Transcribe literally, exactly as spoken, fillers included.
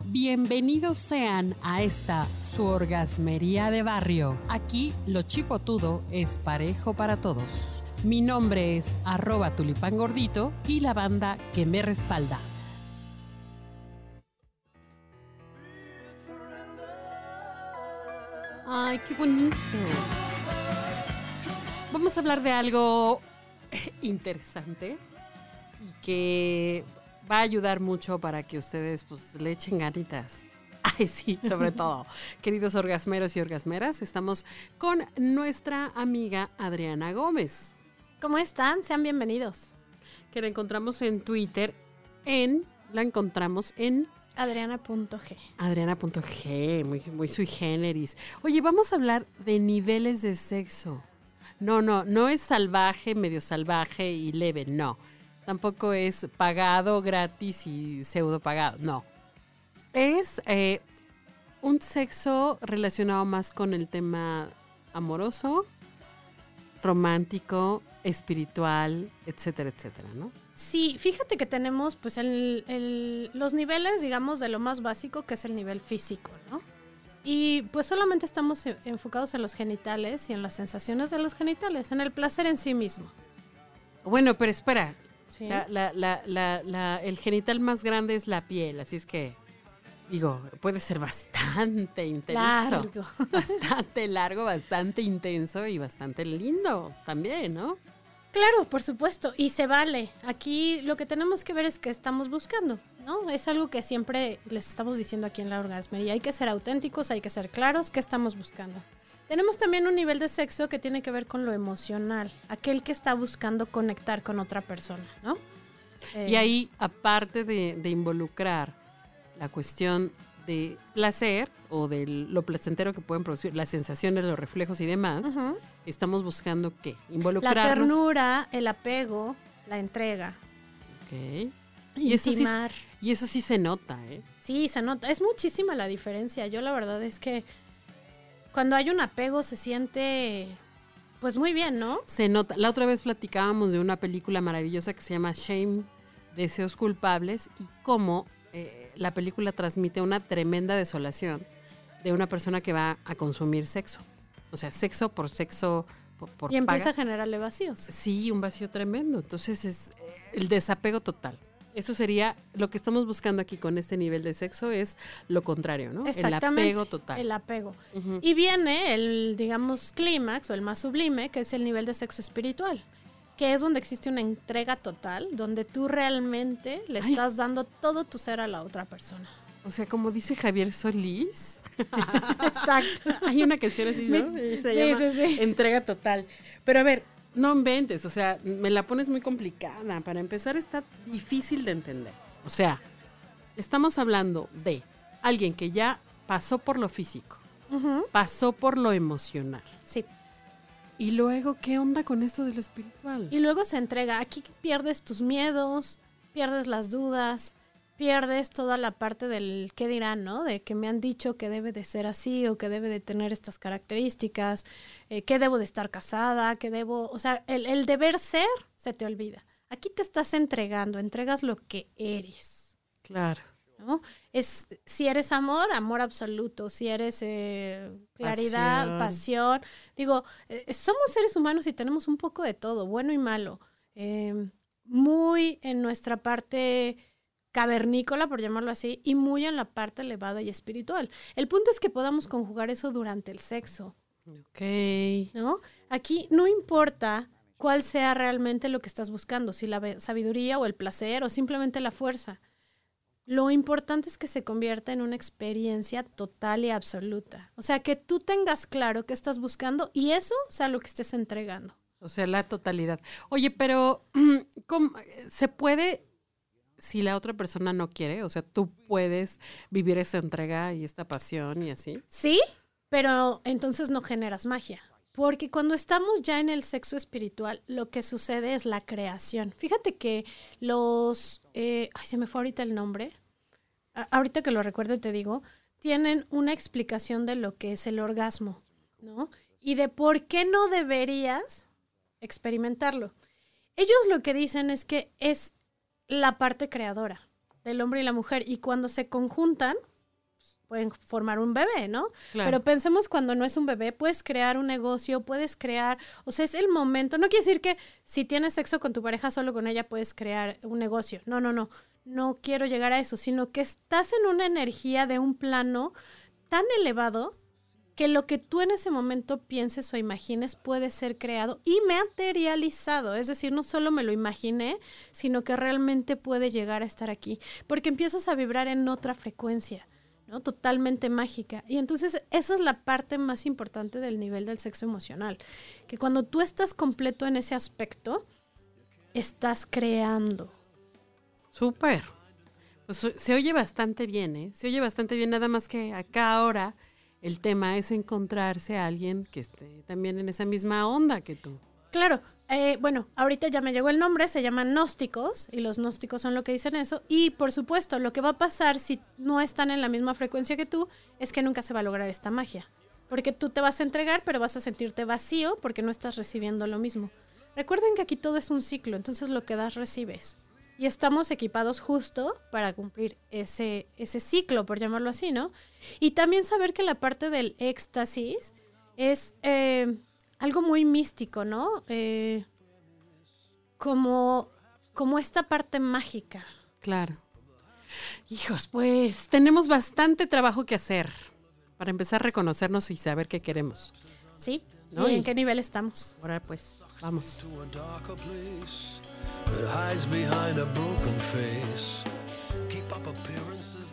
Bienvenidos sean a esta su orgasmería de barrio. Aquí lo chipotudo es parejo para todos. Mi nombre es arroba tulipán gordito y la banda que me respalda. Ay, qué bonito. Vamos a hablar de algo interesante y que va a ayudar mucho para que ustedes pues le echen ganitas. Ay, sí, sobre todo. Queridos orgasmeros y orgasmeras, estamos con nuestra amiga Adriana Gómez. ¿Cómo están? Sean bienvenidos. Que la encontramos en Twitter en... La encontramos en... Adriana.g. Adriana.g, muy, muy sui generis. Oye, vamos a hablar de niveles de sexo. No, no, no es salvaje, medio salvaje y leve, no. Tampoco es pagado, gratis y pseudo pagado, no. Es eh, un sexo relacionado más con el tema amoroso, romántico, espiritual, etcétera, etcétera, ¿no? Sí, fíjate que tenemos pues el, el, los niveles, digamos, de lo más básico, que es el nivel físico, ¿no? Y pues solamente estamos enfocados en los genitales y en las sensaciones de los genitales, en el placer en sí mismo. Bueno, pero espera, ¿sí? la, la, la, la, la, el genital más grande es la piel, así es que, digo, puede ser bastante intenso. Largo. Bastante largo, bastante intenso y bastante lindo también, ¿no? Claro, por supuesto, y se vale. Aquí lo que tenemos que ver es qué estamos buscando, ¿no? Es algo que siempre les estamos diciendo aquí en la orgasmería. Hay que ser auténticos, hay que ser claros, qué estamos buscando. Tenemos también un nivel de sexo que tiene que ver con lo emocional, aquel que está buscando conectar con otra persona, ¿no? Eh, y ahí, aparte de, de involucrar la cuestión de placer o de lo placentero que pueden producir, las sensaciones, los reflejos y demás, uh-huh. Estamos buscando ¿qué? Involucrarnos. La ternura, el apego, la entrega. Ok. Y eso, sí, y eso sí se nota, ¿eh? Sí, se nota. Es muchísima la diferencia. Yo la verdad es que cuando hay un apego se siente pues muy bien, ¿no? Se nota. La otra vez platicábamos de una película maravillosa que se llama Shame, Deseos Culpables, y cómo eh, la película transmite una tremenda desolación de una persona que va a consumir sexo. O sea, sexo por sexo, por, por y empieza paga. a generarle vacíos. Sí, un vacío tremendo. Entonces es eh, el desapego total. Eso sería lo que estamos buscando aquí con este nivel de sexo, es lo contrario, ¿no? Exactamente. El apego total. El apego. Uh-huh. Y viene el, digamos, clímax o el más sublime, que es el nivel de sexo espiritual, que es donde existe una entrega total, donde tú realmente le Ay. estás dando todo tu ser a la otra persona. O sea, como dice Javier Solís. Exacto. Hay una canción así, ¿no? Se sí, llama sí, sí. Entrega total. Pero a ver, no inventes, o sea, me la pones muy complicada. Para empezar, está difícil de entender. O sea, estamos hablando de alguien que ya pasó por lo físico, uh-huh. pasó por lo emocional. Sí. Y luego, ¿qué onda con esto de lo espiritual? Y luego se entrega. Aquí pierdes tus miedos, pierdes las dudas, pierdes toda la parte del qué dirán, ¿no? De que me han dicho que debe de ser así o que debe de tener estas características, eh, que debo de estar casada, que debo... O sea, el, el deber ser se te olvida. Aquí te estás entregando, entregas lo que eres. Claro. ¿No? Es, si eres amor, amor absoluto. Si eres eh, claridad, pasión. pasión. Digo, eh, somos seres humanos y tenemos un poco de todo, bueno y malo. Eh, muy en nuestra parte cavernícola, por llamarlo así, y muy en la parte elevada y espiritual. El punto es que podamos conjugar eso durante el sexo. Ok. ¿No? Aquí no importa cuál sea realmente lo que estás buscando, si la sabiduría o el placer o simplemente la fuerza. Lo importante es que se convierta en una experiencia total y absoluta. O sea, que tú tengas claro qué estás buscando y eso sea lo que estés entregando. O sea, la totalidad. Oye, pero ¿cómo se puede... Si la otra persona no quiere, o sea, tú puedes vivir esa entrega y esta pasión y así. Sí, pero entonces no generas magia. Porque cuando estamos ya en el sexo espiritual, lo que sucede es la creación. Fíjate que los... Eh, ay, se me fue ahorita el nombre. A- ahorita que lo recuerdo te digo, tienen una explicación de lo que es el orgasmo, ¿no? Y de por qué no deberías experimentarlo. Ellos lo que dicen es que es la parte creadora del hombre y la mujer, y cuando se conjuntan, pueden formar un bebé, ¿no? Claro. Pero pensemos cuando no es un bebé, puedes crear un negocio, puedes crear, o sea, es el momento. No quiere decir que si tienes sexo con tu pareja, solo con ella puedes crear un negocio. No, no, no. No quiero llegar a eso, sino que estás en una energía de un plano tan elevado que lo que tú en ese momento pienses o imagines puede ser creado y materializado. Es decir, no solo me lo imaginé, sino que realmente puede llegar a estar aquí. Porque empiezas a vibrar en otra frecuencia, ¿no? Totalmente mágica. Y entonces esa es la parte más importante del nivel del sexo emocional. Que cuando tú estás completo en ese aspecto, estás creando. Súper. Pues se oye bastante bien, ¿eh? Se oye bastante bien, nada más que acá ahora el tema es encontrarse a alguien que esté también en esa misma onda que tú. Claro, eh, bueno, ahorita ya me llegó el nombre, se llaman gnósticos, y los gnósticos son lo que dicen eso, y por supuesto, lo que va a pasar si no están en la misma frecuencia que tú, es que nunca se va a lograr esta magia, porque tú te vas a entregar, pero vas a sentirte vacío porque no estás recibiendo lo mismo. Recuerden que aquí todo es un ciclo, entonces lo que das, recibes. Y estamos equipados justo para cumplir ese, ese ciclo, por llamarlo así, ¿no? Y también saber que la parte del éxtasis es eh, algo muy místico, ¿no? Eh, como, como esta parte mágica. Claro. Hijos, pues tenemos bastante trabajo que hacer para empezar a reconocernos y saber qué queremos. ¿Sí? ¿No? ¿Y en Y qué nivel estamos? ahora pues, vamos. That hides behind a broken face. Keep up appearances